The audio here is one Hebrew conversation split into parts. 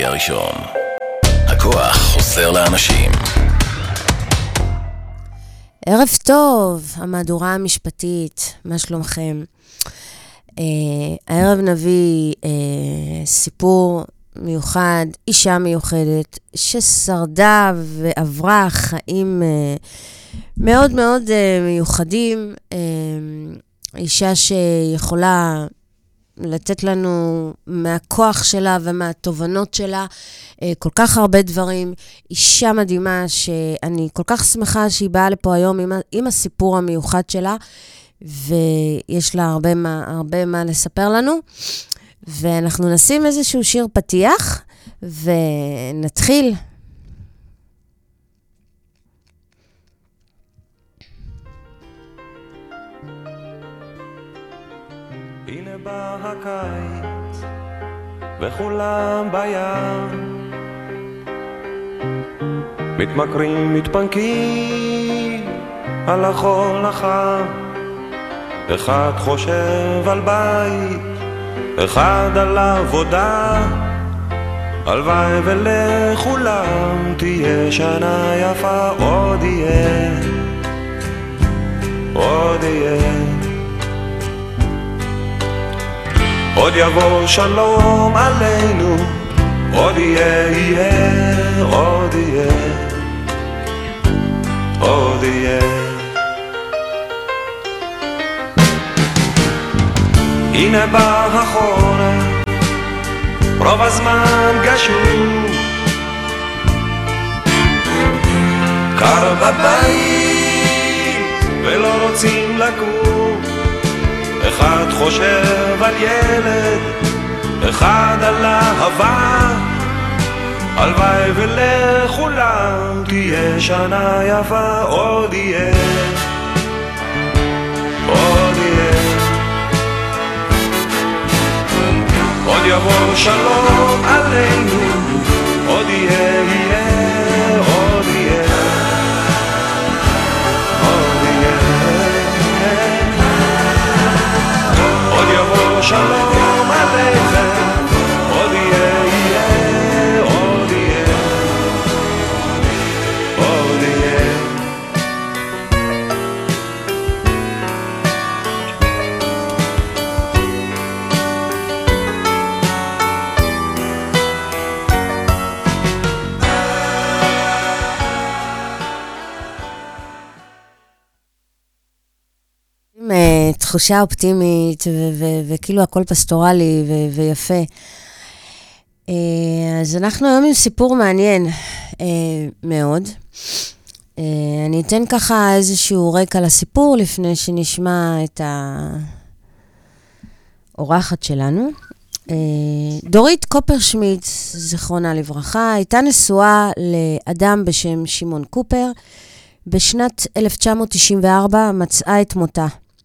הראשון. הכוח חוזר לאנשים. ערב טוב, המהדורה המשפטית, מה שלומכם? הערב נביא סיפור מיוחד, אישה מיוחדת, ששרדה ועברה חיים מאוד מאוד מיוחדים, אישה שיכולה לתת לנו מהכוח שלה ומהתובנות שלה כל כך הרבה דברים. אישה מדהימה שאני כל כך שמחה שהיא באה לפה היום עם הסיפור המיוחד שלה, ויש לה הרבה מה לספר לנו. ואנחנו נשים איזשהו שיר פתיח ונתחיל. הנה בא הקיץ וכולם בים, מתמכרים, מתפנקים על החול החם. אחד חושב על בית, אחד על עבודה. הלוואי ולכולם תהיה שנה יפה, עוד יהיה, עוד יהיה. עוד יבוא שלום עלינו, עוד יהיה, עוד יהיה, עוד יהיה. הנה בא החורף, רוב הזמן גשום, קר בבית ולא רוצים לקום. אחד חושב על ילד, אחד על אהבה. הלוואי ולכולם תהיה שנה יפה, עוד יהיה, עוד יהיה. עוד יבוא שלום עלינו, עוד יהיה, יהיה, עוד יהיה, עוד יהיה. עוד יבוא שלום עליכם, עוד יהיה, יהיה, עוד יהיה, עוד יהיה. תחושה אופטימית וכאילו הכל פסטורלי ויפה. אז אנחנו היום עם סיפור מעניין מאוד. אני אתן ככה איזשהו רקע לסיפור לפני שנשמע את האורחת שלנו. דורית קופרשמיט, זכרונה לברכה, הייתה נשואה לאדם בשם שמעון קופר. בשנת 1994 מצאה את מותה.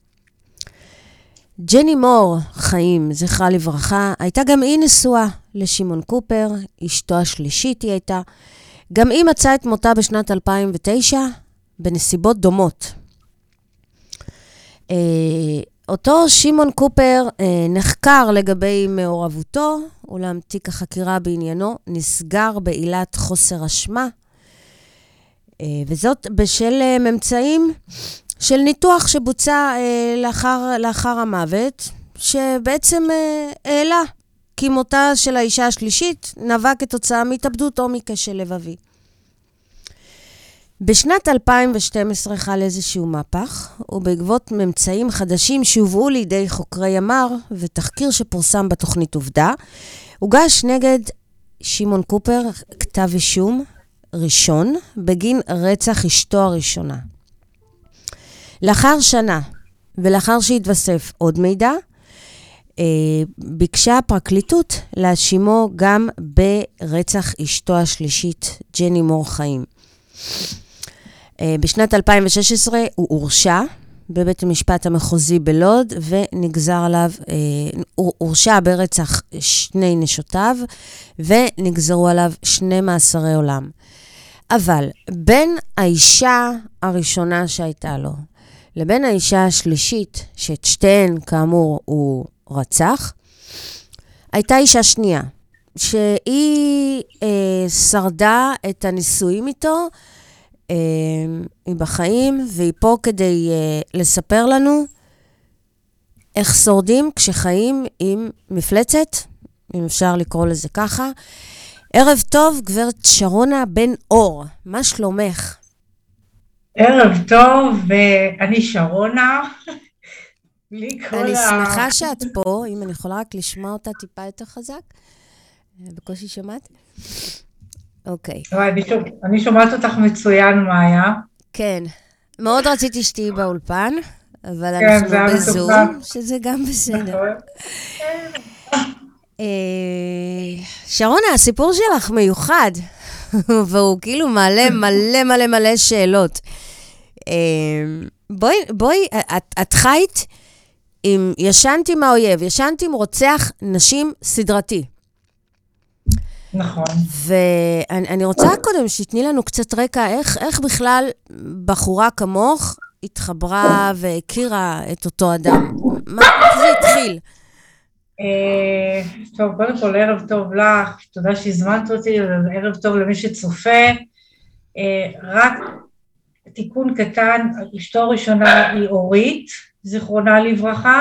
ג'ני מור חיים, זכרה לברכה, הייתה גם היא נשואה לשמעון קופר, אשתו השלישית היא הייתה. גם היא מצאה את מותה בשנת 2009 בנסיבות דומות. אותו שמעון קופר נחקר לגבי מעורבותו, אולם תיק החקירה בעניינו נסגר בעילת חוסר אשמה, וזאת בשל ממצאים של ניתוח שבוצע לאחר המוות, שבעצם העלה כי מותה של האישה השלישית נבע כתוצאה מהתאבדות או מכשל לבבי. בשנת 2012 חל איזשהו מהפך, ובעקבות ממצאים חדשים שהובאו לידי חוקרי ימ"ר ותחקיר שפורסם בתוכנית עובדה, הוגש נגד שמעון קופר כתב אישום ראשון בגין רצח אשתו הראשונה. לאחר שנה, ולאחר שהתווסף עוד מידע, ביקשה הפרקליטות להאשימו גם ברצח אשתו השלישית, ג'ני מור חיים. בשנת 2016 הוא הורשע בבית המשפט המחוזי בלוד, ונגזר עליו, הוא הורשע ברצח שני נשותיו, ונגזרו עליו 2 מאסרי עולם. אבל בין האישה הראשונה שהייתה לו, לבין האישה השלישית, שאת שתיהן כאמור הוא רצח, הייתה אישה שנייה, שהיא שרדה את הנישואים איתו, היא בחיים, והיא פה כדי לספר לנו איך שורדים כשחיים עם מפלצת, אם אפשר לקרוא לזה ככה. ערב טוב, גברת שרונה בן אור, מה שלומך? ערב טוב, אני שרונה. אני שמחה שאת פה, אם אני יכולה רק לשמוע אותה טיפה יותר חזק. בקושי שמעת? אוקיי. אני שומעת אותך מצוין, מאיה. כן, מאוד רציתי שתהיי באולפן, אבל אנחנו בזום, שזה גם בסדר. שרונה, הסיפור שלך מיוחד, והוא כאילו מעלה מלא שאלות. בואי, את חיית עם, ישנת עם האויב, ישנת עם רוצח נשים סדרתי. נכון. ואני רוצה קודם שתתני לנו קצת רקע, איך בכלל בחורה כמוך התחברה והכירה את אותו אדם? איך זה התחיל? טוב, קודם כל ערב טוב לך, תודה שהזמנת אותי, ערב טוב למי שצופה. רק תיקון קטן, אשתו הראשונה היא אורית, זיכרונה לברכה.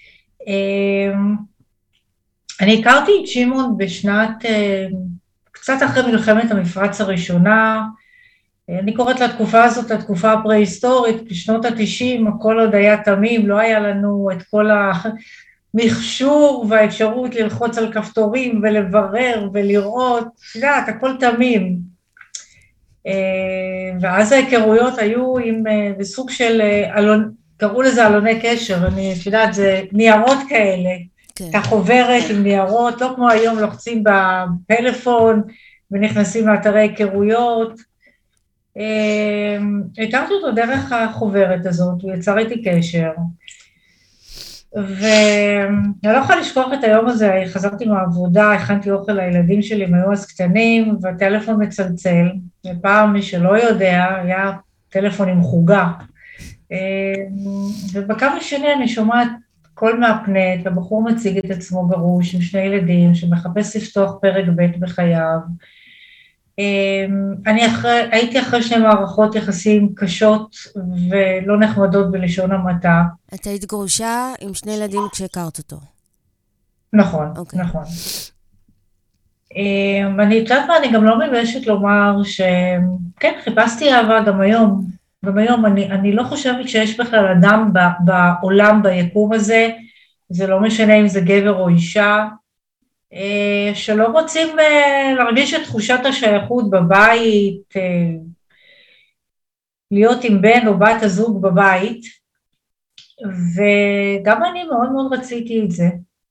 אני הכרתי את שמעון בשנת, קצת אחרי מלחמת המפרץ הראשונה. אני קוראת לתקופה הזאת, התקופה הפרה-היסטורית, בשנות ה-90, הכל עוד היה תמים, לא היה לנו את כל המכשור והאפשרות ללחוץ על כפתורים ולברר ולראות, יודעת, הכל תמים. ואז ההיכרויות היו בסוג של, קראו לזה אלוני קשר, אני יודעת, זה ניירות כאלה, אתה חוברת עם ניירות, לא כמו היום לוחצים בפלאפון ונכנסים לאתרי היכרויות. הכרתי אותו דרך החוברת הזאת, הוא יצר איתי קשר, ואני לא יכולה לשכוח את היום הזה, חזרתי מהעבודה, הכנתי אוכל לילדים שלי, הם היו אז קטנים, והטלפון מצלצל, ופעם מי שלא יודע, היה טלפון עם חוגה, ובקו השני אני שומעת קול מהפנט, הבחור מציג את עצמו גרוש עם שני ילדים, שמחפש לפתוח פרק ב' בחייו. הייתי אחרי שני מערכות יחסים קשות ולא נחמדות בלשון המעטה. את היית גרושה עם שני ילדים כשהכרת אותו. נכון, נכון. אני יודעת מה, אני גם לא מביישת לומר שכן, חיפשתי אהבה גם היום. גם היום אני לא חושבת שיש בכלל אדם בעולם, ביקום הזה, זה לא משנה אם זה גבר או אישה, שלא רוצים להרגיש את תחושת השייכות בבית, להיות עם בן או בת הזוג בבית, וגם אני מאוד מאוד רציתי את זה.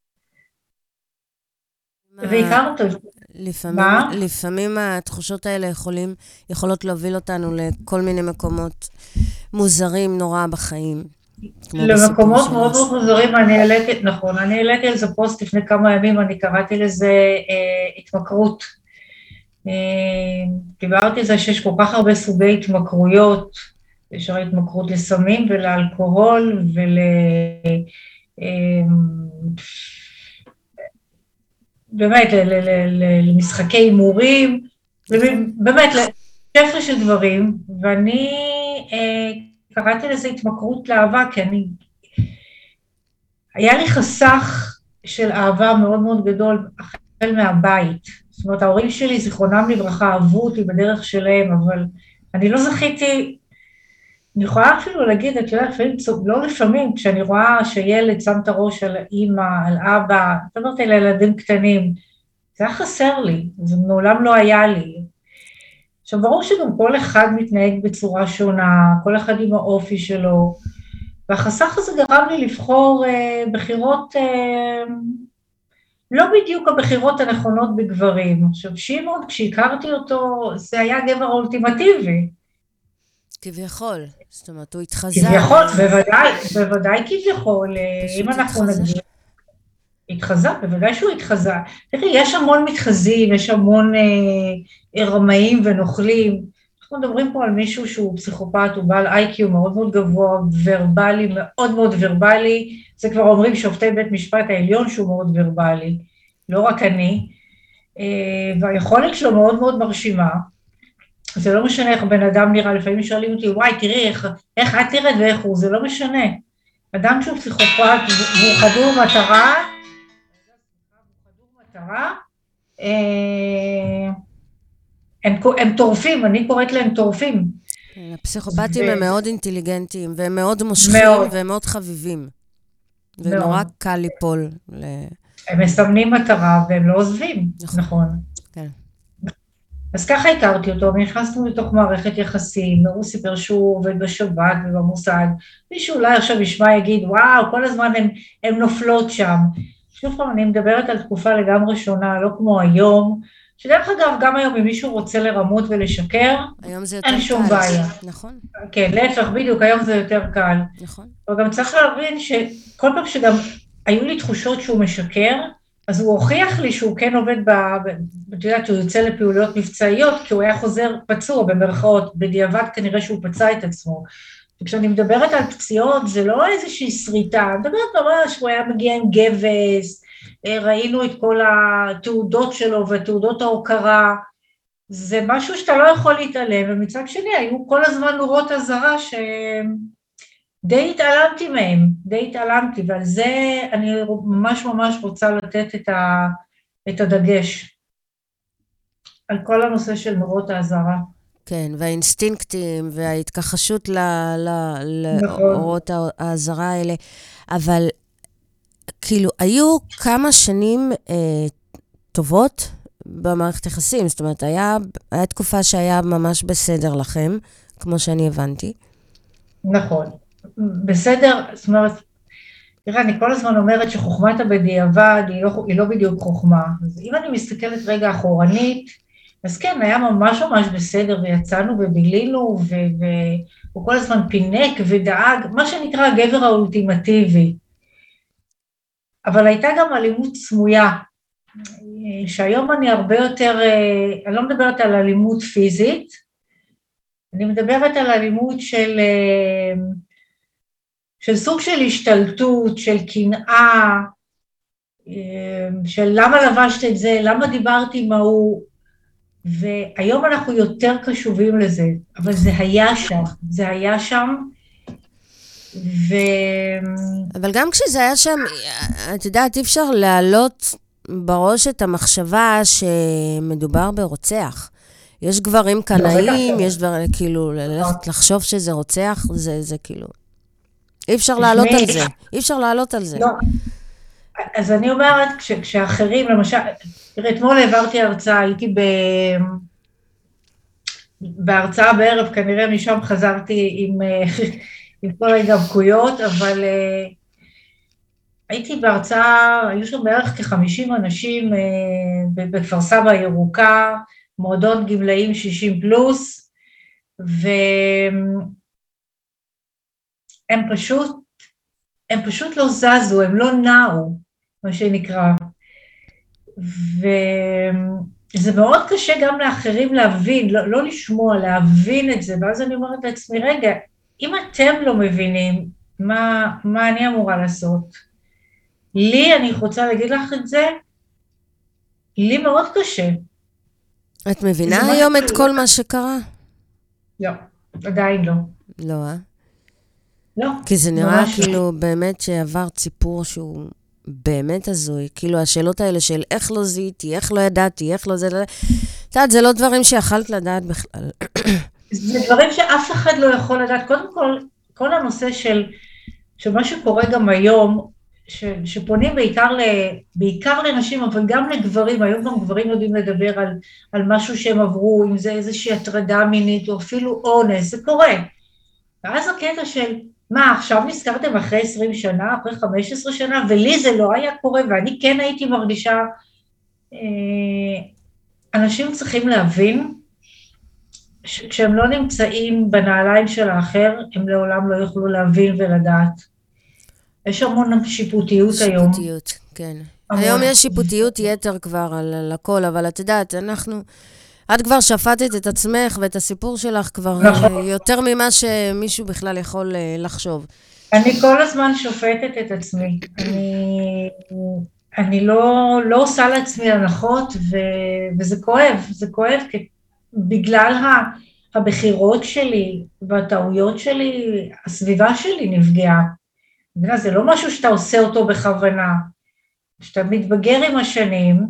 והכרת אותו. לפעמים התחושות האלה יכולות להוביל אותנו לכל מיני מקומות מוזרים נורא בחיים. למקומות מאוד מאוד מוזרים, אני העליתי על זה פוסט לפני כמה ימים, אני קראתי לזה התמכרות. דיברתי על זה שיש כל כך הרבה סוגי התמכרויות, יש הרי התמכרות לסמים ולאלכוהול באמת, למשחקי הימורים, באמת, לשפע של דברים, ואני קראתי לזה התמכרות לאהבה, כי היה לי חסך של אהבה מאוד מאוד גדול, החל מהבית. זאת אומרת, ההורים שלי, זיכרונם לברכה, אהבו אותי בדרך שלהם, אבל אני לא זכיתי, אני יכולה אפילו להגיד, את יודעת, לא לפעמים, כשאני רואה שילד שם את הראש על אמא, על אבא, זאת אומרת, אלה ילדים קטנים, זה היה חסר לי, זה מעולם לא היה לי. עכשיו, ברור שגם כל אחד מתנהג בצורה שונה, כל אחד עם האופי שלו, והחסך הזה גרם לי לבחור בחירות, לא בדיוק הבחירות הנכונות בגברים. עכשיו, שמעון, כשהכרתי אותו, זה היה הגבר האולטימטיבי. כביכול, זאת אומרת, הוא התחזה. כביכול, בוודאי כביכול, אם אנחנו נגיד, התחזה, בוודאי שהוא התחזה. תראי, יש המון מתחזים, יש המון רמאים ונוכלים, אנחנו מדברים פה על מישהו שהוא פסיכופת, הוא בעל איי-קיו מאוד מאוד גבוה, ורבלי, מאוד מאוד ורבלי, זה כבר אומרים שופטי בית משפט העליון שהוא מאוד ורבלי, לא רק אני, והיכולת שלו מאוד מאוד מרשימה. זה לא משנה איך בן אדם נראה, לפעמים שואלים אותי, וואי, תראי, איך את נראית ואיך הוא, זה לא משנה. אדם שהוא פסיכופת, והוא חדור מטרה, הם טורפים, אני קוראת להם טורפים. הפסיכופטים הם מאוד אינטליגנטיים, והם מאוד מושכים, והם מאוד חביבים. ונורא קל ליפול. הם מסמנים מטרה, והם לא עוזבים, נכון. כן. אז ככה הכרתי אותו, ונכנסנו לתוך מערכת יחסים, הוא סיפר שהוא עובד בשב"כ ובמוסד, מישהו אולי עכשיו ישמע יגיד, וואו, כל הזמן הם נופלות שם. שוב פעם, אני מדברת על תקופה לגמרי שונה, לא כמו היום, שדרך אגב, גם היום, אם מישהו רוצה לרמות ולשקר, היום זה יותר קל. אין שום בעיה. נכון. כן, להפך, בדיוק, היום זה יותר קל. נכון. וגם צריך להבין שכל פעם שגם היו לי תחושות שהוא משקר, אז הוא הוכיח לי שהוא כן עובד, את יודעת, שהוא יוצא לפעולות מבצעיות, כי הוא היה חוזר פצוע במרכאות, בדיעבד כנראה שהוא פצע את עצמו. וכשאני מדברת על פציעות, זה לא איזושהי שריטה, אני מדברת ממש, הוא היה מגיע עם גבס, ראינו את כל התעודות שלו ותעודות ההוקרה, זה משהו שאתה לא יכול להתעלם, ומצד שני היו כל הזמן נורות אזהרה די התעלמתי מהם, ועל זה אני ממש ממש רוצה לתת את הדגש, על כל הנושא של נורות האזהרה. כן, והאינסטינקטים וההתכחשות לאורות האזהרה האלה, אבל כאילו היו כמה שנים טובות במערכת יחסים, זאת אומרת, היה תקופה שהיה ממש בסדר לכם, כמו שאני הבנתי. נכון. בסדר, זאת אומרת, תראה, אני כל הזמן אומרת שחוכמת הבדיעבד היא לא בדיוק חוכמה. אז אם אני מסתכלת רגע אחורנית, אז כן, היה ממש ממש בסדר, ויצאנו ובילינו, והוא כל הזמן פינק ודאג, מה שנקרא הגבר האולטימטיבי. אבל הייתה גם אלימות סמויה, שהיום אני הרבה יותר, אני לא מדברת על אלימות פיזית, אני מדברת על אלימות של סוג של השתלטות, של קנאה, של למה לבשת את זה, למה דיברתי עם ההוא, והיום אנחנו יותר קשובים לזה, אבל זה היה שם, אבל גם כשזה היה שם, את יודעת, אי אפשר להעלות בראש את המחשבה שמדובר ברוצח. יש גברים קנאים, יש דברים, כאילו, לחשוב שזה רוצח, זה כאילו, אי אפשר לעלות על זה, לא, אז אני אומרת, כשאחרים, למשל, תראה, אתמול העברתי הרצאה, הייתי בהרצאה בערב, כנראה משם חזרתי עם כל ההידבקויות, אבל הייתי בהרצאה, היו שם בערך כ-50 אנשים בכפר סבא הירוקה, מועדון גמלאים 60 פלוס, והם פשוט לא זזו, הם לא נעו, מה שנקרא, וזה מאוד קשה גם לאחרים להבין, לא לשמוע, להבין את זה, ואז אני אומרת לעצמי, רגע, אם אתם לא מבינים, מה אני אמורה לעשות? לי, אני רוצה להגיד לך את זה, לי מאוד קשה. את מבינה היום את כל מה שקרה? לא, עדיין לא. לא, לא. כי זה נראה כאילו באמת שעבר ציפור שהוא באמת הזוי, כאילו השאלות האלה של איך לא זיהיתי, איך לא ידעתי, איך לא זה, את יודעת, זה לא דברים שיכלת לדעת בכלל. זה דברים שאף אחד לא יכול לדעת. קודם כל, כל הנושא של מה שקורה גם היום, שפונים בעיקר לנשים, אבל גם לגברים, היום גם גברים יודעים לדבר על משהו שהם עברו, אם זה איזושהי הטרדה מינית, או אפילו אונס, זה קורה. ואז הקטע של, מה, עכשיו נזכרתם אחרי 20 שנה, אחרי 15 שנה, ולי זה לא היה קורה, ואני כן הייתי מרגישה, אנשים צריכים להבין, כשהם לא נמצאים בנעליים של האחר, הם לעולם לא יוכלו להבין ולדעת. יש המון שיפוטיות היום. שיפוטיות, כן. היום יש שיפוטיות יתר כבר על הכל, אבל את יודעת, את כבר שפטת את עצמך ואת הסיפור שלך כבר יותר ממה שמישהו בכלל יכול לחשוב. אני כל הזמן שופטת את עצמי. אני לא עושה לעצמי הנחות, וזה כואב, זה כואב, בגלל הבחירות שלי והטעויות שלי, הסביבה שלי נפגעה. זה לא משהו שאתה עושה אותו בכוונה. כשאתה מתבגר עם השנים,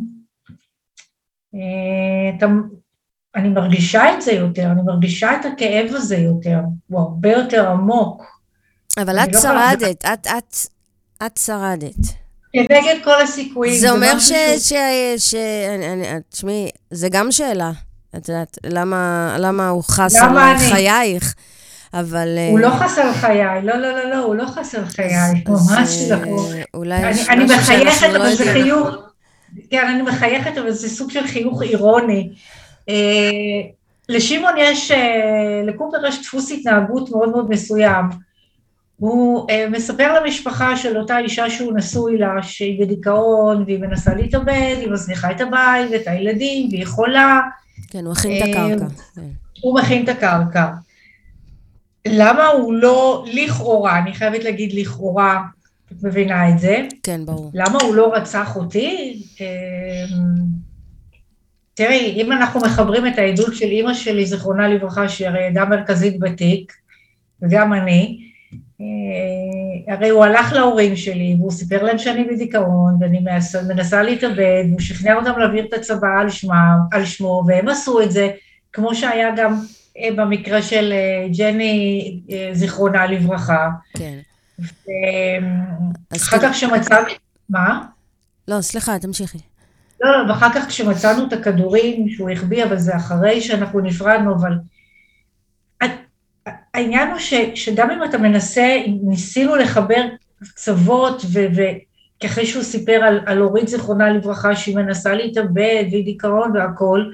אני מרגישה את זה יותר, אני מרגישה את הכאב הזה יותר, הוא הרבה יותר עמוק. אבל את שרדת, את שרדת. כנגד כל הסיכויים. זה אומר תשמעי, זה גם שאלה. את יודעת, למה הוא חס על חייך? אבל... הוא לא חס על חיי, לא, הוא לא חס על חיי, ממש לא. אני מחייכת, אבל זה חיוך, כן, אני מחייכת, אבל זה סוג של חיוך אירוני. לשימון לקופר יש דפוס התנהגות מאוד מאוד מסוים. הוא מספר למשפחה של אותה אישה שהוא נשוי לה, שהיא בדיכאון, והיא מנסה להתאבד, היא מזניחה את הבית ואת הילדים, והיא חולה. כן, הוא מכין את הקרקע. הוא מכין את הקרקע. למה הוא לא, לכאורה, אני חייבת להגיד לכאורה, את מבינה את זה? כן, ברור. למה הוא לא רצח אותי? תראי, אם אנחנו מחברים את העדות של אמא שלי, זיכרונה לברכה, שהיא הרי עדה מרכזית בתיק, וגם אני, הרי הוא הלך להורים שלי, והוא סיפר להם שאני בדיכאון, ואני מנסה להתאבד, והוא שכנע אותם להעביר את הצבא על שמו, והם עשו את זה, כמו שהיה גם במקרה של ג'ני, זיכרונה לברכה. כן. אחר כך שמצאנו, מה? לא, סליחה, תמשיכי. לא, ואחר כך כשמצאנו את הכדורים שהוא החביא, אבל זה אחרי שאנחנו נפרדנו, אבל העניין הוא שגם אם אתה מנסה, ניסינו לחבר קצוות, וכאחרי שהוא סיפר על אורית זיכרונה לברכה, שהיא מנסה להתאבד, והיא דיכאון והכל,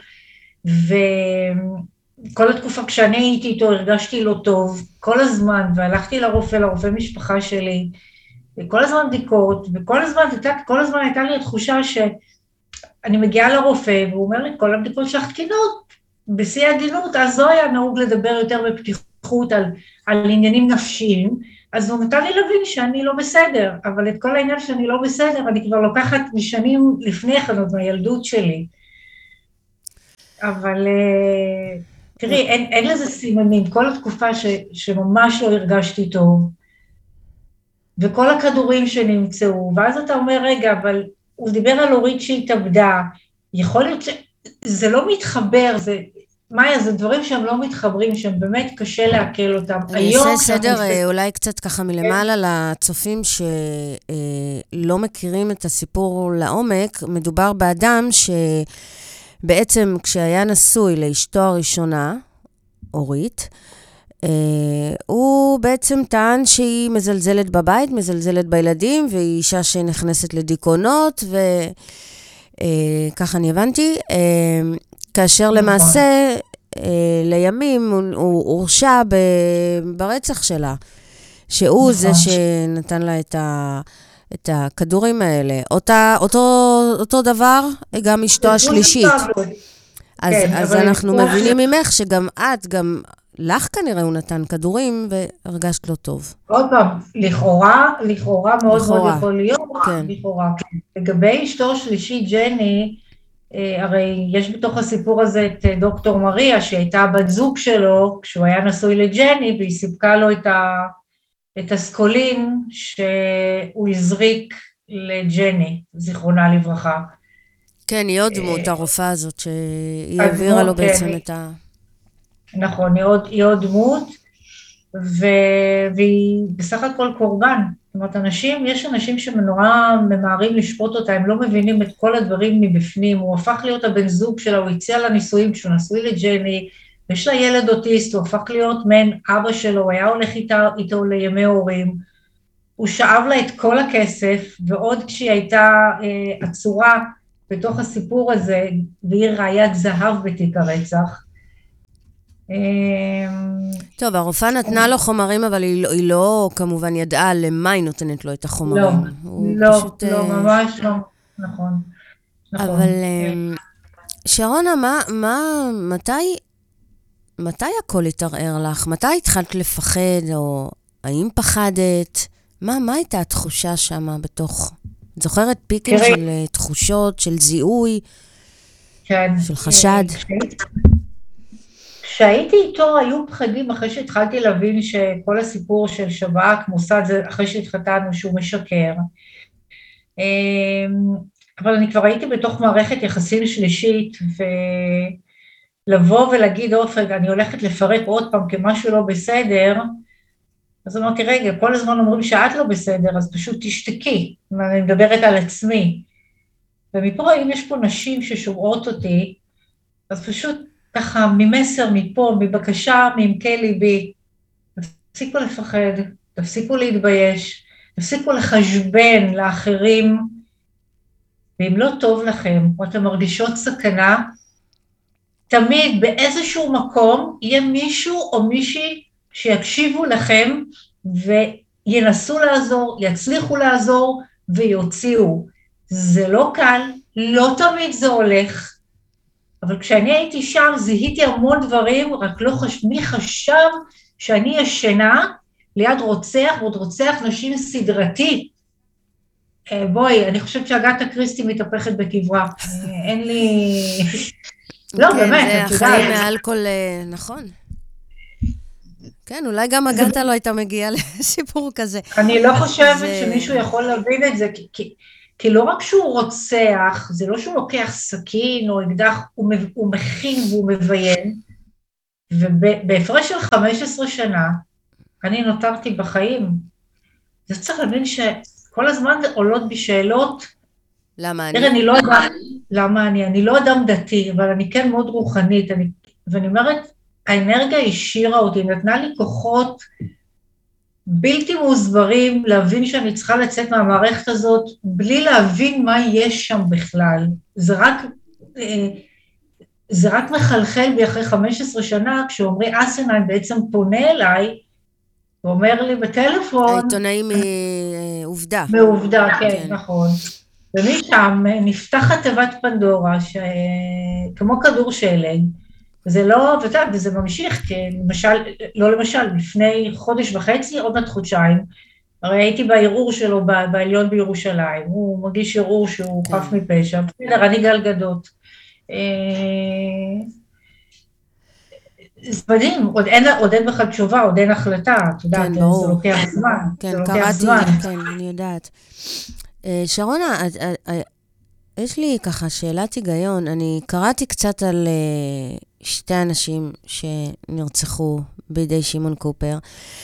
וכל התקופה כשאני הייתי איתו, הרגשתי לא טוב, כל הזמן, והלכתי לרופא משפחה שלי, וכל הזמן בדיקות, וכל הזמן הייתה לי התחושה שאני מגיעה לרופא, והוא אומר לי, כל הבדיקות שלך תקינות, בשיא העדינות, אז לא היה נהוג לדבר יותר בפתיחות על עניינים נפשיים, אז הוא נתן לי להבין שאני לא בסדר, אבל את כל העניין שאני לא בסדר, אני כבר לוקחת משנים לפני כן, עוד מהילדות שלי. אבל תראי, אין לזה סימנים, כל התקופה שממש לא הרגשתי טוב, וכל הכדורים שנמצאו, ואז אתה אומר, רגע, אבל הוא דיבר על אורית שהתאבדה, יכול להיות שזה לא מתחבר, מאיה, זה דברים שהם לא מתחברים, שהם באמת קשה להקל אותם. אני אעשה סדר אולי קצת ככה מלמעלה לצופים שלא מכירים את הסיפור לעומק. מדובר באדם שבעצם כשהיה נשוי לאשתו הראשונה, אורית, הוא בעצם טען שהיא מזלזלת בבית, מזלזלת בילדים, והיא אישה שנכנסת לדיכאונות, וככה אני הבנתי, כאשר למעשה לימים הוא הורשע ברצח שלה, שהוא זה שנתן לה את הכדורים האלה. אותו דבר, גם אשתו השלישית. אז אנחנו מבינים ממך שגם את, גם לך כנראה הוא נתן כדורים והרגשת לא טוב. עוד פעם, לכאורה מאוד מאוד יכול להיות. לכאורה. לגבי אשתו השלישית, ג'ני, הרי יש בתוך הסיפור הזה את דוקטור מריה, שהייתה בת זוג שלו, כשהוא היה נשוי לג'ני, והיא סיפקה לו את הסקולין שהוא הזריק לג'ני, זכרונה לברכה. כן, היא עוד דמות, הרופאה הזאת, שהיא העבירה לו בעצם את ה... נכון, היא עוד דמות, והיא בסך הכל קורבן. זאת אומרת, יש אנשים שנורא ממהרים לשפוט אותה, הם לא מבינים את כל הדברים מבפנים, הוא הפך להיות הבן זוג שלה, הוא הציע לה נישואים, כשהוא נשוי לג'ני, יש לה ילד אוטיסט, הוא הפך להיות מן אבא שלו, הוא היה הולך איתו לימי הורים, הוא שאב לה את כל הכסף, ועוד כשהיא הייתה עצורה בתוך הסיפור הזה, והיא ראיית זהב בתיק הרצח, טוב, הרופאה נתנה לו חומרים, אבל היא לא כמובן ידעה למה היא נותנת לו את החומרים. לא, ממש לא, נכון. אבל שרונה, מתי הכל התערער לך? מתי התחלת לפחד, או האם פחדת? מה הייתה התחושה שם בתוך את זוכרת פיקים תראי. של תחושות, של זיהוי, כן. של חשד? כשהייתי איתו היו פחדים אחרי שהתחלתי להבין שכל הסיפור של שב"כ, מוסד, זה אחרי שהתחתנו שהוא משקר. אבל אני כבר הייתי בתוך מערכת יחסים שלישית, ולבוא ולהגיד, אופק, אני הולכת לפרק עוד פעם כמשהו לא בסדר, אז אמרתי, רגע, כל הזמן אומרים שאת לא בסדר, אז פשוט תשתקי, אני מדברת על עצמי. ומפה, אם יש פה נשים ששומעות אותי, אז פשוט ככה ממסר מפה, מבקשה, מעמקי ליבי, תפסיקו לפחד, תפסיקו להתבייש, תפסיקו לחשבן לאחרים, ואם לא טוב לכם, או אתם מרגישות סכנה, תמיד באיזשהו מקום יהיה מישהו או מישהי שיקשיבו לכם, וינסו לעזור, יצליחו לעזור, ויוציאו. זה לא קל, לא תמיד זה הולך, אבל כשאני הייתי שם, זיהיתי המון דברים, רק לא מי חשב שאני ישנה ליד רוצח, ועוד רוצח נשים סדרתי. בואי, אני חושבת שהגת הקריסטי מתהפכת בקברה. אין לי... לא, באמת, כן, את זה יודעת. החיים מעל כל... נכון. כן, אולי גם הגתה לא הייתה מגיעה לסיפור כזה. אני לא חושבת שמישהו יכול להבין את זה, כי לא רק שהוא רוצח, זה לא שהוא לוקח סכין או אקדח, הוא מכין והוא מביין, ובהפרש של 15 שנה, אני נותרתי בחיים. זה צריך להבין שכל הזמן עולות בשאלות, למה תראה, אני? אני לא יודעת למה אני לא אדם דתי, אבל אני כן מאוד רוחנית, ואני אומרת, האנרגיה השאירה אותי, נתנה לי כוחות בלתי מוסברים, להבין שאני צריכה לצאת מהמערכת הזאת, בלי להבין מה יש שם בכלל. זה רק מחלחל בי אחרי 15 שנה, כשאומרי אסנהיים בעצם פונה אליי, ואומר לי בטלפון... העיתונאי מעובדה. מעובדה, כן, נכון. ומשם נפתחת תיבת פנדורה, כמו כדור שלג, וזה לא, וזה ממשיך, כי למשל, לא למשל, לפני חודש וחצי, עוד מעט חודשיים, הרי הייתי בערעור שלו בעליון בירושלים, הוא מגיש ערעור שהוא חף מפשע, בסדר, אני גלגדות. זה מדהים, עוד אין בכלל תשובה, עוד אין החלטה, את יודעת, זה לוקח זמן. כן, קראתי, כן, אני יודעת. שרונה, יש לי ככה שאלת היגיון, אני קראתי קצת על שתי אנשים שנרצחו בידי שמעון קופר,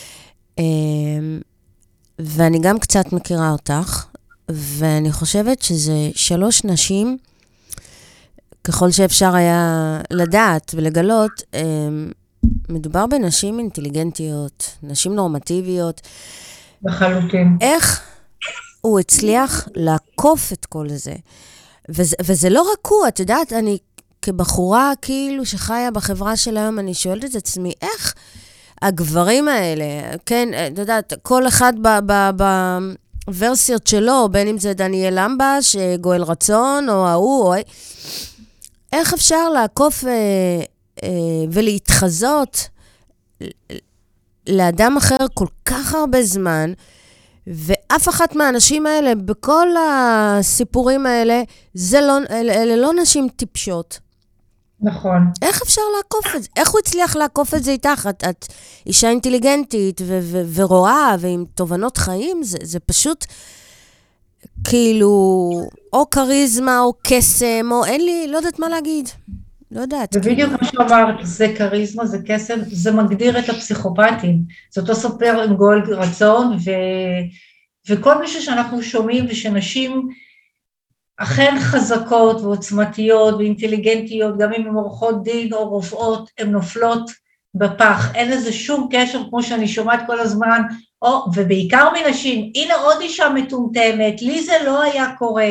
ואני גם קצת מכירה אותך, ואני חושבת שזה 3 נשים, ככל שאפשר היה לדעת ולגלות, מדובר בנשים אינטליגנטיות, נשים נורמטיביות. בחלוטין. איך הוא הצליח לעקוף את כל זה? וזה לא רק הוא, את יודעת, אני כבחורה כאילו שחיה בחברה של היום, אני שואלת את עצמי, איך הגברים האלה, כן, את יודעת, כל אחד בוורסיות שלו, בין אם זה דניאל למבש, גואל רצון, או ההוא, או... איך אפשר לעקוף ולהתחזות לאדם אחר כל כך הרבה זמן, ואף אחת מהאנשים האלה, בכל הסיפורים האלה, אלה לא נשים טיפשות. נכון. איך אפשר לעקוף את זה? איך הוא הצליח לעקוף את זה איתך? את אישה אינטליגנטית ורואה, ועם תובנות חיים, זה פשוט כאילו, או קריזמה, או קסם, או אין לי, לא יודעת מה להגיד. לא יודעת. זה בדיוק מה שאמרת, זה קריזמה, זה קסם, זה מגדיר את הפסיכופטים. זה אותו סופר עם גואל רצון, וכל מישהו שאנחנו שומעים, ושנשים אכן חזקות ועוצמתיות ואינטליגנטיות, גם אם הן עורכות דין או רופאות, הן נופלות בפח. אין לזה שום קשר, כמו שאני שומעת כל הזמן, ובעיקר מנשים, הנה עוד אישה מטומטמת, לי זה לא היה קורה.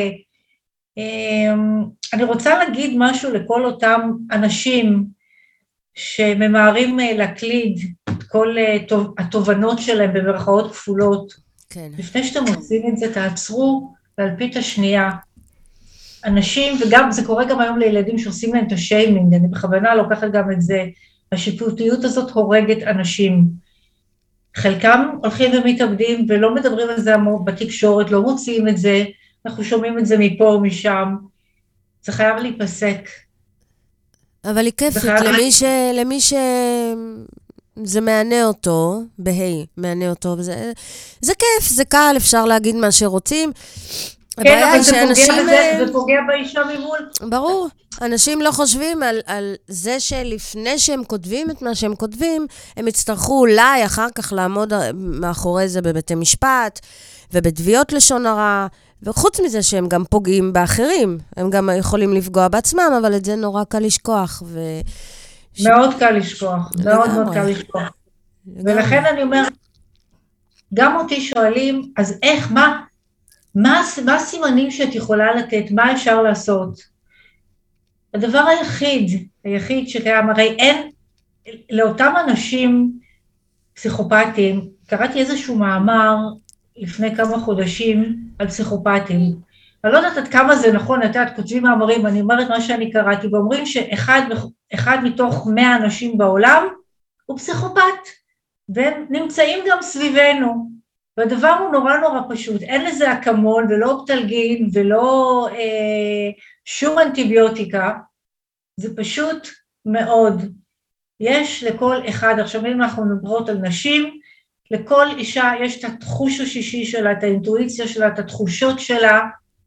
אני רוצה להגיד משהו לכל אותם אנשים שממהרים להקליד את כל התובנות שלהם במרכאות כפולות. כן. לפני שאתם עושים את זה, תעצרו להלפית השנייה. אנשים, וגם זה קורה גם היום לילדים שעושים להם את השיימינג, אני בכוונה לוקחת גם את זה, השיפוטיות הזאת הורגת אנשים. חלקם הולכים ומתאבדים ולא מדברים על זה בתקשורת, לא מוצאים את זה, אנחנו שומעים את זה מפה או משם, זה חייב להיפסק. אבל היא כיפית, למי שזה מענה אותו, מענה אותו, זה כיף, זה קל, אפשר להגיד מה שרוצים. כן, אבל זה פוגע באישה ממול. ברור, אנשים לא חושבים על זה שלפני שהם כותבים את מה שהם כותבים, הם יצטרכו אולי אחר כך לעמוד מאחורי זה בבתי משפט, ובתביעות לשון הרע, וחוץ מזה שהם גם פוגעים באחרים, הם גם יכולים לפגוע בעצמם, אבל את זה נורא קל לשכוח. מאוד קל לשכוח, מאוד מאוד קל לשכוח. ולכן אני אומרת, גם אותי שואלים, אז איך, מה הסימנים שאת יכולה לתת, מה אפשר לעשות? הדבר היחיד שקיים, הרי אין, לאותם אנשים פסיכופטיים, קראתי איזשהו מאמר לפני כמה חודשים על פסיכופטים. אני לא יודעת עד כמה זה נכון, את יודעת, כותבים מאמרים, אני אומרת מה שאני קראתי, ואומרים שאחד מתוך 100 אנשים בעולם הוא פסיכופט, והם נמצאים גם סביבנו, והדבר הוא נורא נורא פשוט, אין לזה אקמול ולא אופטלגין ולא שום אנטיביוטיקה, זה פשוט מאוד. יש לכל אחד, עכשיו אם אנחנו מדברות על נשים, לכל אישה יש את התחוש השישי שלה, את האינטואיציה שלה, את התחושות שלה,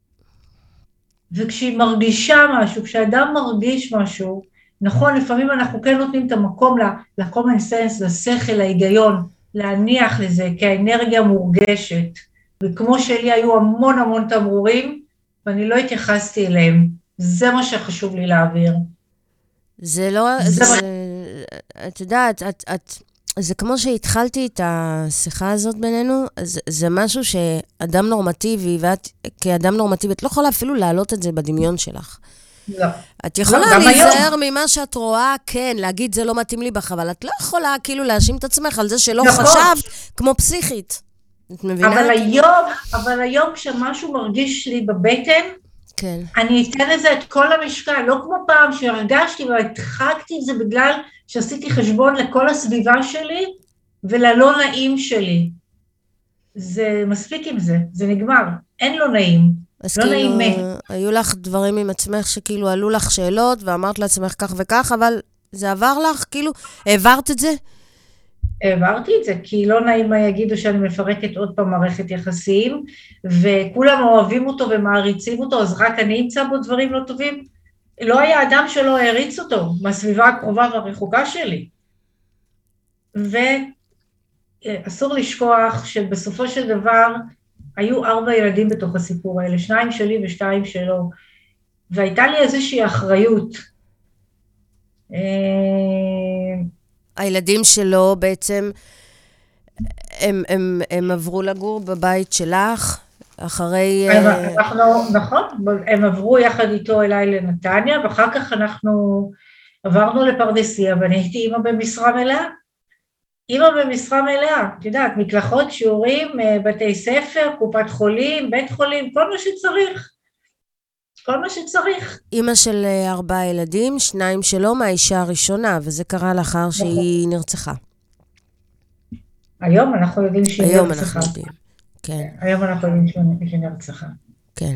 וכשהיא מרגישה משהו, כשאדם מרגיש משהו, נכון, לפעמים אנחנו כן נותנים את המקום ל-common sense, לשכל, להיגיון, להניח לזה, כי האנרגיה מורגשת, וכמו שלי היו המון המון תמרורים, ואני לא התייחסתי אליהם, זה מה שחשוב לי להעביר. זה לא, את יודעת, זה כמו שהתחלתי את השיחה הזאת בינינו, זה משהו שאדם נורמטיבי, ואת כאדם נורמטיבי, את לא יכולה אפילו להעלות את זה בדמיון שלך. לא. את יכולה להיזהר ממה שאת רואה, כן, להגיד זה לא מתאים לי בך, אבל את לא יכולה כאילו להאשים את עצמך על זה שלא חשבת כמו פסיכית. את מבינה? אבל היום כשמשהו מרגיש לי בבטן, כן. אני אתן לזה את כל המשקל, לא כמו פעם שהרגשתי והדחקתי את זה בגלל שעשיתי חשבון לכל הסביבה שלי וללא נעים שלי. זה מספיק עם זה, זה נגמר, אין לו נעים. אז לא כאילו, נעים. היו לך דברים עם עצמך שכאילו עלו לך שאלות ואמרת לעצמך כך וכך, אבל זה עבר לך, כאילו, העברת את זה? העברתי את זה, כי לא נעים מה יגידו שאני מפרקת עוד פעם מערכת יחסים, וכולם אוהבים אותו ומעריצים אותו, אז רק אני אמצא בו דברים לא טובים. לא היה אדם שלא העריץ אותו, מהסביבה הקרובה והרחוקה שלי. ואסור לשכוח שבסופו של דבר, היו 4 ילדים בתוך הסיפור האלה, 2 שלי ו2 שלו, והייתה לי איזושהי אחריות. הילדים שלו בעצם, הם עברו לגור בבית שלך, אחרי... נכון, הם עברו יחד איתו אליי לנתניה, ואחר כך אנחנו עברנו לפרדסיה, ואני הייתי אמא במשרה מלאה. אמא במשרה מלאה, את יודעת, מקלחות, שיעורים, בתי ספר, קופת חולים, בית חולים, כל מה שצריך. כל מה שצריך. אמא של 4 ילדים, 2 שלו מהאישה הראשונה, וזה קרה לאחר שהיא נרצחה. היום אנחנו יודעים שהיא נרצחה. היום אנחנו יודעים, כן. היום אנחנו יודעים שהיא נרצחה. כן.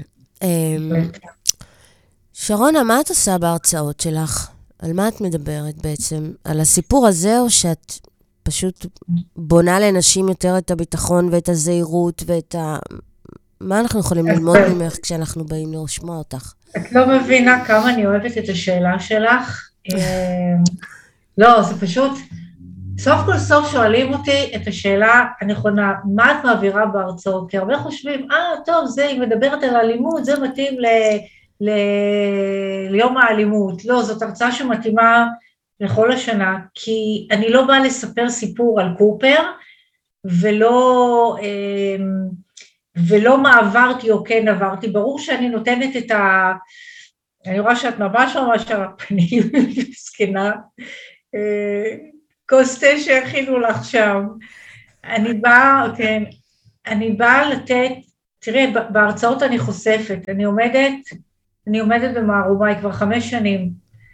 שרונה, מה את עושה בהרצאות שלך? על מה את מדברת בעצם? על הסיפור הזה, או שאת פשוט בונה לנשים יותר את הביטחון ואת הזהירות ואת ה... מה אנחנו יכולים ללמוד ממך כשאנחנו באים לשמוע אותך? את לא מבינה כמה אני אוהבת את השאלה שלך. לא, זה פשוט, סוף כל סוף שואלים אותי את השאלה הנכונה, מה את מעבירה בהרצאות? כי הרבה חושבים, טוב, זה, היא מדברת על אלימות, זה מתאים ליום האלימות. לא, זאת הרצאה שמתאימה לכל השנה, כי אני לא באה לספר סיפור על קופר, ולא מה עברתי או כן עברתי, ברור שאני נותנת את אני רואה שאת ממש על הפנים, סכנה, כוס תה שהכינו לך שם, אני באה לתת, תראי, בהרצאות אני חושפת, אני עומדת במערומיי כבר 5 שנים.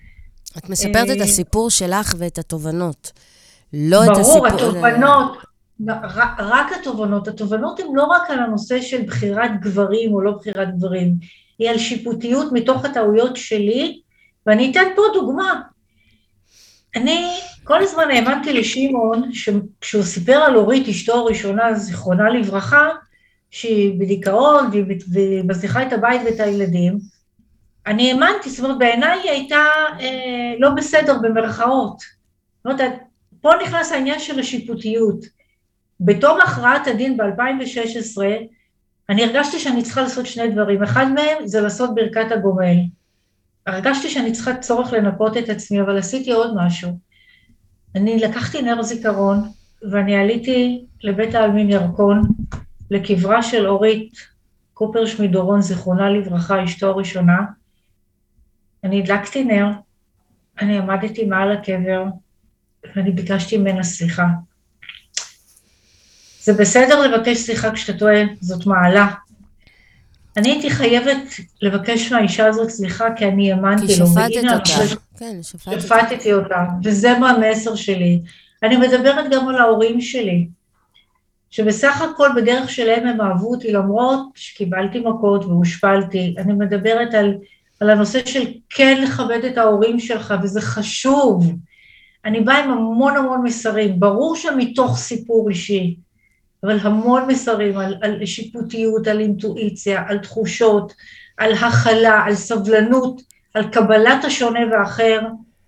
את מספרת את הסיפור שלך ואת התובנות, לא את ברור, הסיפור... התובנות, רק התובנות הן לא רק על הנושא של בחירת גברים או לא בחירת גברים, היא על שיפוטיות מתוך הטעויות שלי, ואני אתן פה דוגמה. אני כל הזמן האמנתי לשמעון, כשהוא סיפר על אורית, אשתו הראשונה, זיכרונה לברכה, שהיא בדיכאון, והיא מזניחה את הבית ואת הילדים, אני האמנתי, זאת אומרת, בעיניי היא הייתה לא בסדר במרכאות. זאת אומרת, פה נכנס העניין של השיפוטיות. בתום הכרעת הדין ב-2016, אני הרגשתי שאני צריכה לעשות שני דברים. אחד מהם זה לעשות ברכת הגומל. הרגשתי שאני צריכה צורך לנקות את עצמי, אבל עשיתי עוד משהו. אני לקחתי נר זיכרון, ואני עליתי לבית העלמין ירקון, לקברה של אורית קופר שמידורון, זיכרונה לברכה, אשתו הראשונה. אני הדלקתי נר, אני עמדתי מעל הקבר, ואני ביקשתי ממנה סליחה. זה בסדר לבקש סליחה כשאתה טועה, זאת מעלה. אני הייתי חייבת לבקש מהאישה הזאת סליחה, כי אני האמנתי לו. כי שפטת אותה. כן, שפטתי אותה, וזה מה המסר שלי. אני מדברת גם על ההורים שלי, שבסך הכל בדרך שלהם הם אהבו אותי, למרות שקיבלתי מכות והושפלתי. אני מדברת על הנושא של כן לכבד את ההורים שלך, וזה חשוב. אני באה עם המון המון מסרים, ברור שמתוך סיפור אישי, אבל המון מסרים על שיפוטיות, על אינטואיציה, על תחושות, על הכלה, על סבלנות, על קבלת השונה והאחר,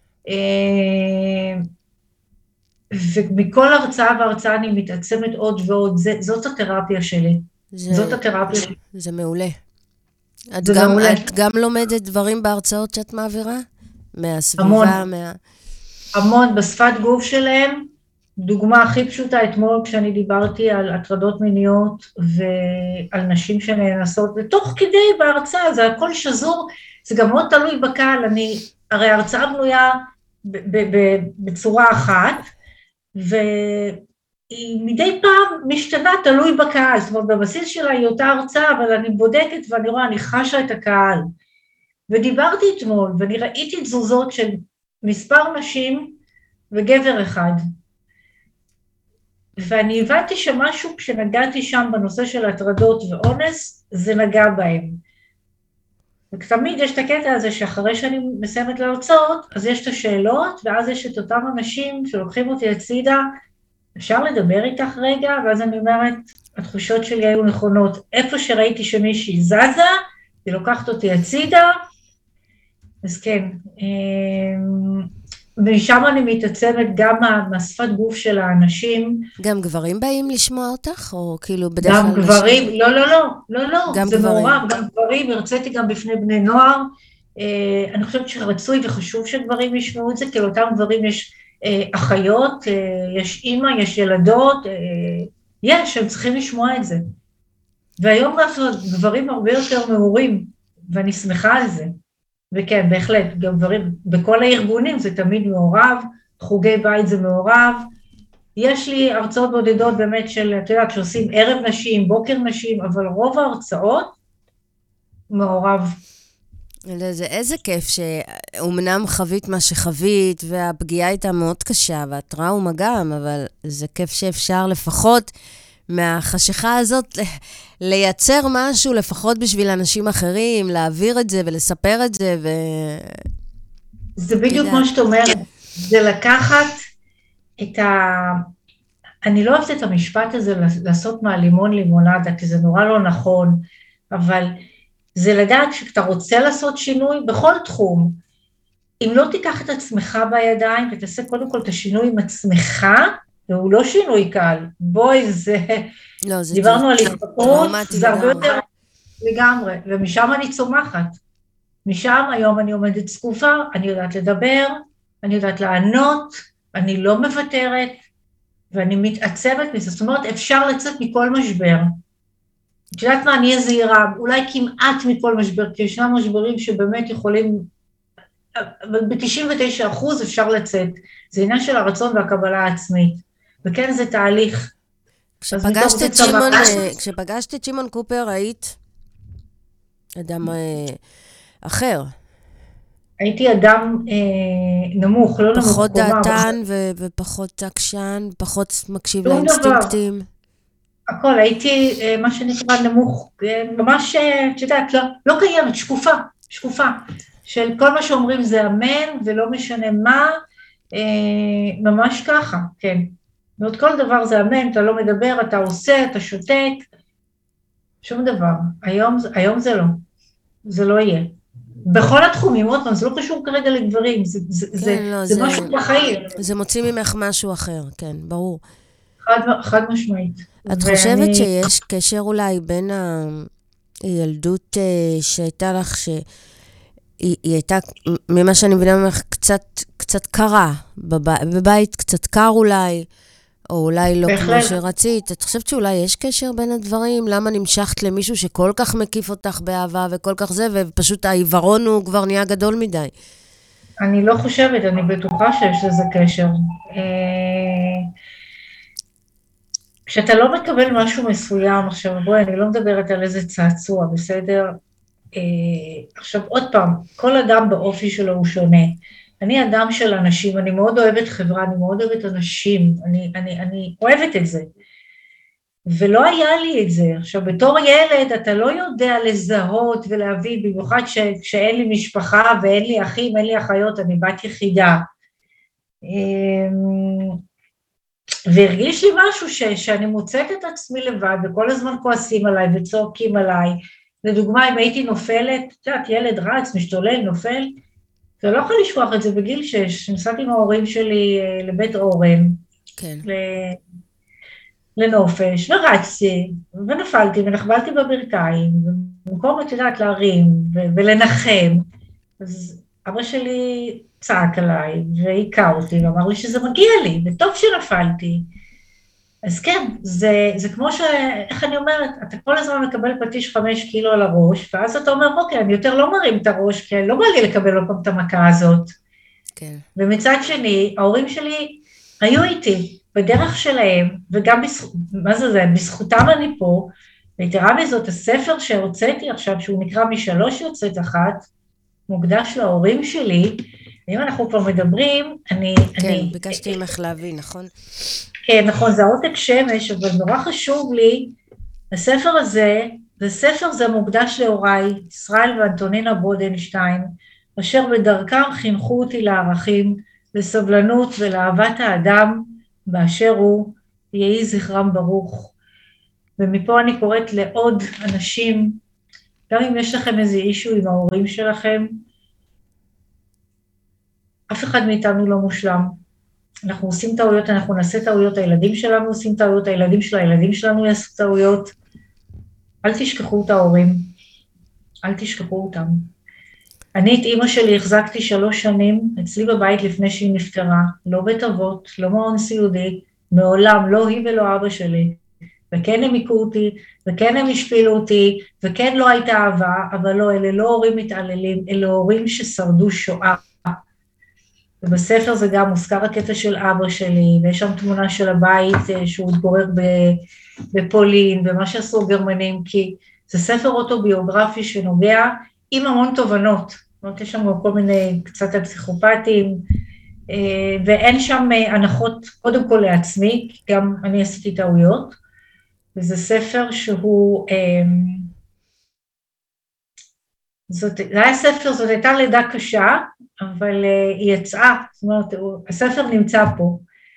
ומכל הרצאה והרצאה אני מתעצמת עוד ועוד, זאת התרפיה שלי, זאת התרפיה שלי. זה מעולה. את גם לומדת דברים בהרצאות שאת מעבירה? מהסביבה, המון בשפת גוף שלהם. דוגמה הכי פשוטה, אתמול כשאני דיברתי על הטרדות מיניות ועל נשים שנאנסות, ותוך כדי בהרצאה, זה הכל שזור, זה גם מאוד תלוי בקהל, הרי ההרצאה בנויה בצורה אחת, והיא מדי פעם משתנה, תלוי בקהל, זאת אומרת, בבסיס שלה היא אותה הרצאה, אבל אני בודקת ואני רואה, אני חשה את הקהל. ודיברתי אתמול, ואני ראיתי תזוזות של מספר נשים וגבר אחד. ואני הבנתי שמשהו, כשנגעתי שם בנושא של הטרדות ואונס, זה נגע בהם. ותמיד יש את הקטע הזה שאחרי שאני מסיימת להרצאות, אז יש את השאלות, ואז יש את אותם אנשים שלוקחים אותי הצידה, אפשר לדבר איתך רגע, ואז אני אומרת, התחושות שלי היו נכונות, איפה שראיתי שמישהי זזה, היא לוקחת אותי הצידה, אז כן, ושם אני מתעצמת גם מהשפת גוף של האנשים. גם גברים באים לשמוע אותך? או כאילו בדרך כלל... גם גברים, לא, זה מעורב, גם גברים, הרציתי גם בפני בני נוער, אני חושבת שרצוי וחשוב שגברים ישמעו את זה, כי לאותם גברים יש אחיות, יש אימא, יש ילדות, הם צריכים לשמוע את זה. והיום גברים הרבה יותר מעורים, ואני שמחה על זה. וכן, בהחלט, גם דברים, בכל הארגונים זה תמיד מעורב, חוגי בית זה מעורב, יש לי הרצאות בודדות באמת של, אתה יודע, כשעושים ערב נשים, בוקר נשים, אבל רוב ההרצאות מעורב. איזה כיף שאומנם חווית מה שחווית, והפגיעה הייתה מאוד קשה, והטראומה גם, אבל זה כיף שאפשר לפחות מהחשיכה הזאת לייצר משהו, לפחות בשביל אנשים אחרים, להעביר את זה ולספר את זה. זה בדיוק מה שאת אומרת, זה לקחת את אני לא אוהבת את המשפט הזה, לעשות מהלימון לימונדה, כי זה נורא לא נכון, אבל זה לדעת שכשאתה רוצה לעשות שינוי בכל תחום, אם לא תיקח את עצמך בידיים, ותעשה קודם כל את השינוי עם עצמך, והוא לא שינוי קל, בואי דיברנו על התפתחות, זה הרבה יותר לגמרי, ומשם אני צומחת. משם היום אני עומדת זקופה, אני יודעת לדבר, אני יודעת לענות, אני לא מוותרת, ואני מתעצבת מזה, זאת אומרת, אפשר לצאת מכל משבר. את יודעת מה, אני אהיה זהירה, אולי כמעט מכל משבר, כי ישנם משברים שבאמת יכולים, אבל ב-99% אפשר לצאת. זה עניין של הרצון והקבלה העצמית. וכן, זה תהליך. כשפגשת את שמעון קופר, היית אדם אחר. הייתי אדם נמוך, לא נמוך, פחות קומה, דעתן ופחות עקשן, פחות מקשיב שום דבר. לאינסטינקטים. הכל, הייתי מה שנקרא נמוך, ממש, את יודעת, לא קיימת, שקופה, שקופה, של כל מה שאומרים זה אמן, ולא משנה מה, ממש ככה, כן. ועוד כל דבר זה אמן, אתה לא מדבר, אתה עושה, אתה שותק, שום דבר. היום זה לא יהיה. בכל התחומים, עוד פעם, זה לא קשור כרגע לגברים, כן, לא, זה משהו בחיים. זה מוציא ממך משהו אחר, כן, ברור. חד משמעית. את חושבת שיש קשר אולי בין הילדות שהייתה לך, שהיא הייתה, ממה שאני מבינה ממך, קצת קרה, בבית קצת קר אולי, או אולי לא כמו שרצית. את חושבת שאולי יש קשר בין הדברים? למה נמשכת למישהו שכל כך מקיף אותך באהבה וכל כך זה, ופשוט העיוורון הוא כבר נהיה גדול מדי? אני לא חושבת, אני בטוחה שיש לזה קשר. כשאתה לא מקבל משהו מסוים, עכשיו בואי, אני לא מדברת על איזה צעצוע, בסדר? עכשיו עוד פעם, כל אדם באופי שלו הוא שונה. אני אדם של אנשים, אני מאוד אוהבת חברה, אני מאוד אוהבת אנשים, אני אוהבת את זה. ולא היה לי את זה. עכשיו, בתור ילד אתה לא יודע לזהות ולהבין, במיוחד שאין לי משפחה ואין לי אחים, אין לי אחיות, אני בת יחידה. והרגיש לי משהו שאני מוצאת את עצמי לבד, וכל הזמן כועסים עליי וצועקים עליי. לדוגמה, אם הייתי נופלת, את יודעת, ילד רץ, משתולל, נופל, אתה לא יכול לשכוח את זה בגיל 6, נסעתי עם ההורים שלי לבית אורן, כן. לנופש, ורצתי, ונפלתי, ונחבלתי בברכיים, במקום, את יודעת, להרים, ולנחם, אז אבא שלי צעק עליי, והיכה אותי, ואמר לי שזה מגיע לי, וטוב שנפלתי. אז כן, זה כמו איך אני אומרת, אתה כל הזמן מקבל פטיש 5 קילו על הראש, ואז אתה אומר, אוקיי, אני יותר לא מרים את הראש, כי לא בא לי לקבל עוד פעם את המכה הזאת. כן. ומצד שני, ההורים שלי היו איתי בדרך שלהם, וגם בזכותם אני פה, ויתרה מזאת, הספר שהוצאתי עכשיו, שהוא נקרא משלוש יוצאת אחת, מוקדש להורים שלי, ואם אנחנו כבר מדברים, כן, ביקשתי ממך להבין, נכון? כן, נכון, זה העותק שמש, אבל נורא חשוב לי, הספר הזה, זה מוקדש להוריי, ישראל ואנטונינה בודנשטיין, אשר בדרכם חינכו אותי לערכים, לסבלנות ולאהבת האדם, באשר הוא, יהי זכרם ברוך. ומפה אני קוראת לעוד אנשים, גם אם יש לכם איזה אישו עם ההורים שלכם, אף אחד מאיתנו לא מושלם. אנחנו עושים טעויות, אנחנו נעשה טעויות, הילדים שלנו עושים טעויות, הילדים של הילדים שלנו יעשו טעויות. אל תשכחו את ההורים, אל תשכחו אותם. אני את אמא שלי החזקתי 3 שנים אצלי בבית לפני שהיא נפטרה, לא בית אבות, לא מעון סיעודי, מעולם, לא היא ולא אבא שלי. וכן הם עיקו אותי, וכן הם השפילו אותי, וכן לא הייתה אהבה, אבל לא, אלה לא הורים מתעללים, אלה הורים ששרדו שואה. ובספר זה גם מוזכר הקטע של אבא שלי, ויש שם תמונה של הבית שהוא התגורר בפולין, ומה שעשו גרמנים, כי זה ספר אוטוביוגרפי שנוגע עם המון תובנות. זאת אומרת, יש שם גם כל מיני קצת הפסיכופטים, ואין שם הנחות קודם כל לעצמי, כי גם אני עשיתי טעויות, וזה ספר שהוא, זה היה ספר, זאת הייתה לידה קשה, אבל היא יצאה, זאת אומרת, הספר נמצא פה.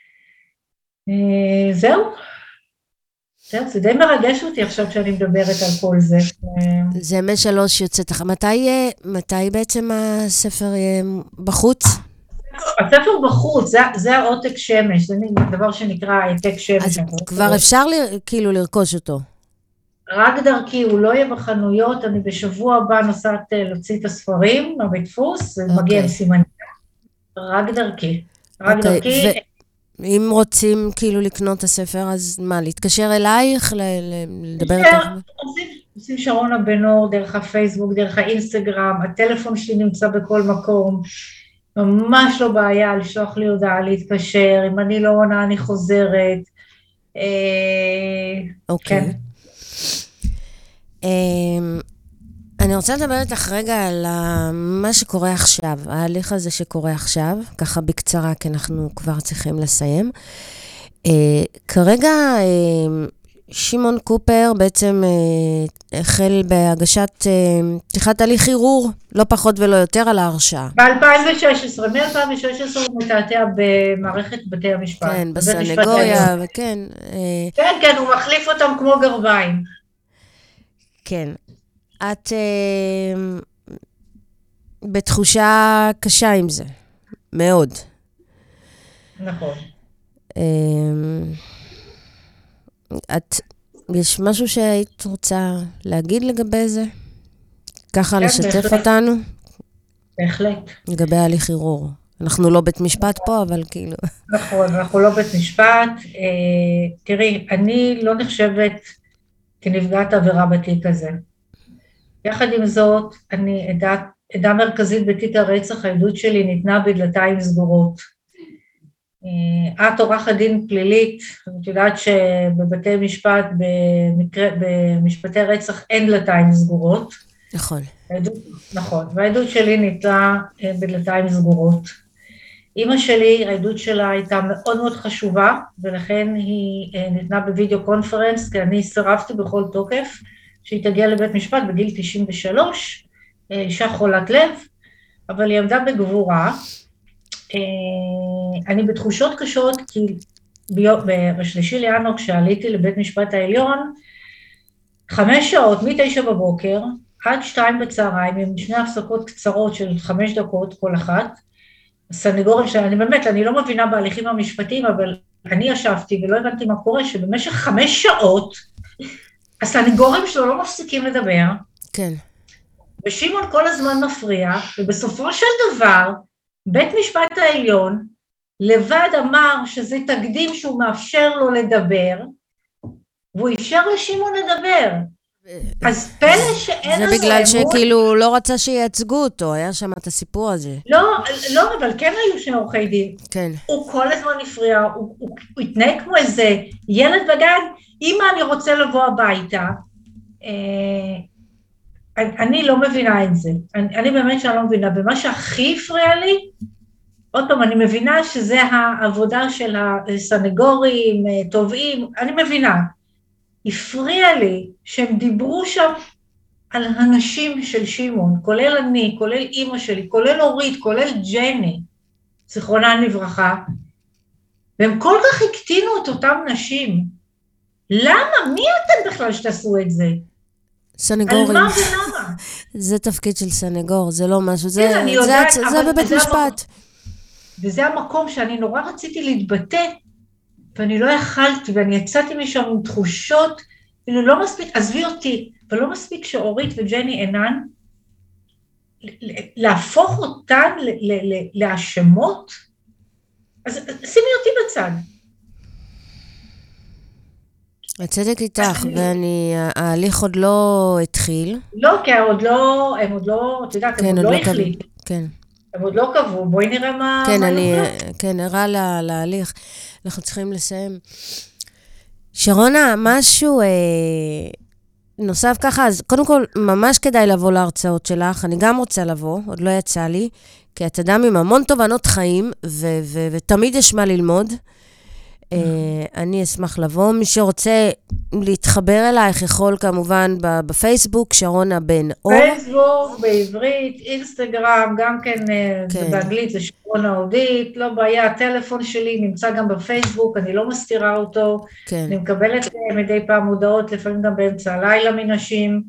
זהו, זה די מרגש אותי עכשיו כשאני מדברת על כל זה. זה משלוש יוצאת לך. מתי בעצם הספר בחוץ? הספר בחוץ, זה העותק שמש, זה דבר שנקרא העתק שמש. אז כבר אפשר כאילו לרכוש אותו. רק דרכי, הוא לא יהיה בחנויות, אני בשבוע הבא נוסעת להוציא את הספרים, בבית דפוס, זה מגיע עם סימנים. רק דרכי. רק דרכי. אם רוצים כאילו לקנות את הספר, אז מה, להתקשר אלייך, לדבר איתך? עושים שרונה בנור, דרך הפייסבוק, דרך האינסטגרם, הטלפון שלי נמצא בכל מקום, ממש לא בעיה לשלוח לי הודעה, להתקשר, אם אני לא עונה אני חוזרת. אוקיי. אני רוצה לדבר איתך רגע על מה שקורה עכשיו, ההליך הזה שקורה עכשיו, ככה בקצרה, כי אנחנו כבר צריכים לסיים. כרגע שמעון קופר בעצם החל בהגשת פתיחת הליך ערעור, לא פחות ולא יותר על ההרשעה. ב-2016, מ-2016 הוא מתעתע במערכת בתי המשפט. כן, בסנגוריה, וכן. כן, כן, הוא מחליף אותם כמו גרביים. כן. את בתחושה קשה עם זה, מאוד. נכון. יש משהו שהיית רוצה להגיד לגבי זה? ככה כן, לשתף בהחלט. אותנו? בהחלט. לגבי הליך ערעור. אנחנו לא בית משפט פה, אבל כאילו... נכון, אנחנו לא בית משפט. תראי, אני לא נחשבת כנפגעת עבירה בתיק הזה. יחד עם זאת, אני עדה מרכזית בתיק הרצח, העדות שלי ניתנה בדלתיים סגורות. את עורכת דין פלילית, את יודעת שבבתי משפט, במשפטי רצח אין דלתיים סגורות. נכון. נכון, והעדות שלי ניתנה בדלתיים סגורות. אמא שלי, העדות שלה הייתה מאוד מאוד חשובה, ולכן היא ניתנה בווידאו קונפרנס, כי אני סירבתי בכל תוקף, שהיא תגיע לבית משפט בגיל 93, אישה חולת לב, אבל היא עמדה בגבורה. אני בתחושות קשות, כי ב3 לינואר כשעליתי לבית משפט העליון, 5 שעות, מ-9 בבוקר, עד 2 בצהריים, עם 2 הפסקות קצרות של 5 דקות כל אחת, הסנגורים שלי, אני לא מבינה בהליכים המשפטיים, אבל אני ישבתי ולא הבנתי מה קורה, שבמשך 5 שעות, הסנגורים שלו לא מפסיקים לדבר, כן. ושמעון כל הזמן מפריע, ובסופו של דבר, בית משפט העליון, לבד אמר שזה תקדים שהוא מאפשר לו לדבר, והוא אפשר לשמעון לדבר. אז פלא שאין לנו... זה בגלל שכאילו לא רצה שייצגו אותו, היה שם את הסיפור הזה. לא, אבל כן היו שני עורכי דין. כן. הוא כל הזמן הפריע, הוא התנהג כמו איזה ילד בגן, אמא אני רוצה לבוא הביתה. אני לא מבינה את זה, אני באמת שאני לא מבינה, ומה שהכי הפריע לי, עוד פעם, אני מבינה שזה העבודה של הסנגורים, תובעים, אני מבינה, הפריע לי שהם דיברו שם על הנשים של שמעון, כולל אני, כולל אמא שלי, כולל אורית, כולל ג'ני, זיכרונן לברכה, והם כל כך הקטינו את אותם נשים. למה? מי אתם בכלל שתעשו את זה? סנגורים. על מה ולמה? זה תפקיד של סנגור, זה לא משהו, זה בבית משפט. וזה המקום שאני נורא רציתי להתבטא, ואני לא יכלתי, ואני יצאתי משם עם תחושות, לא מספיק, עזבי אותי, ולא מספיק שאורית וג'ני אינן, להפוך אותן להאשמות, אז שימי אותי בצד. הצדק איתך, ההליך עוד לא התחיל. לא, כי הם עוד לא, את יודעת, הם עוד לא החליטו. כן. הם עוד לא קבעו, בואי נראה מה... כן, נראה להליך. אנחנו צריכים לסיים. שרונה, משהו נוסף ככה, אז קודם כל, ממש כדאי לבוא להרצאות שלך, אני גם רוצה לבוא, עוד לא יצא לי, כי את אדם עם המון תובנות חיים, ותמיד יש מה ללמוד. אני אשמח לבוא. מי שרוצה להתחבר אלייך יכול כמובן בפייסבוק, שרונה בן אור. פייסבוק, בעברית, אינסטגרם, גם כן, זה באנגלית, זה שרונה אודית, לא בעיה, הטלפון שלי נמצא גם בפייסבוק, אני לא מסתירה אותו, אני מקבלת מדי פעם הודעות, לפעמים גם באמצע הלילה מנשים.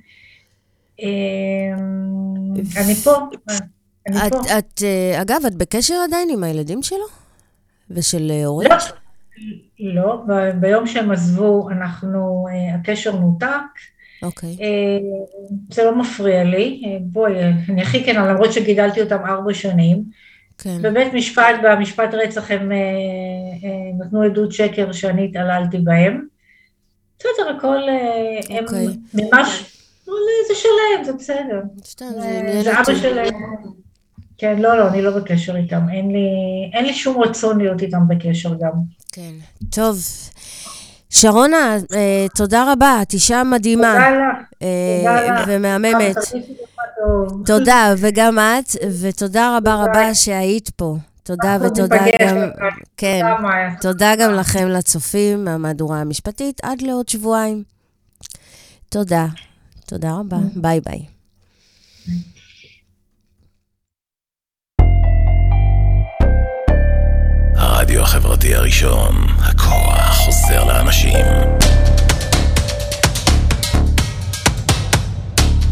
אני פה. אגב, את בקשר עדיין עם הילדים שלו? ושל אורית? לא, ביום שהם עזבו, הקשר נותק. אוקיי. זה לא מפריע לי. בואי, אני הכי כן, למרות שגידלתי אותם 4 שנים. כן. בבית משפט, במשפט רצח, הם נתנו עדות שקר שאני התעללתי בהם. בסדר, הכל, הם ממש, זה שלהם, זה בסדר. זה אבא שלהם. כן, לא, אני לא בקשר איתם, אין לי שום רצון להיות איתם בקשר גם. כן, טוב. שרונה, תודה רבה, את אישה מדהימה. תודה לך. ומהממת. טוב. תודה, וגם את, ותודה רבה רבה שהיית פה. תודה ותודה גם, כן, תודה גם לכם לצופים מהמהדורה המשפטית, עד לעוד שבועיים. תודה, תודה רבה, ביי ביי. הרדיו החברתי הראשון, הכוח חוזר לאנשים.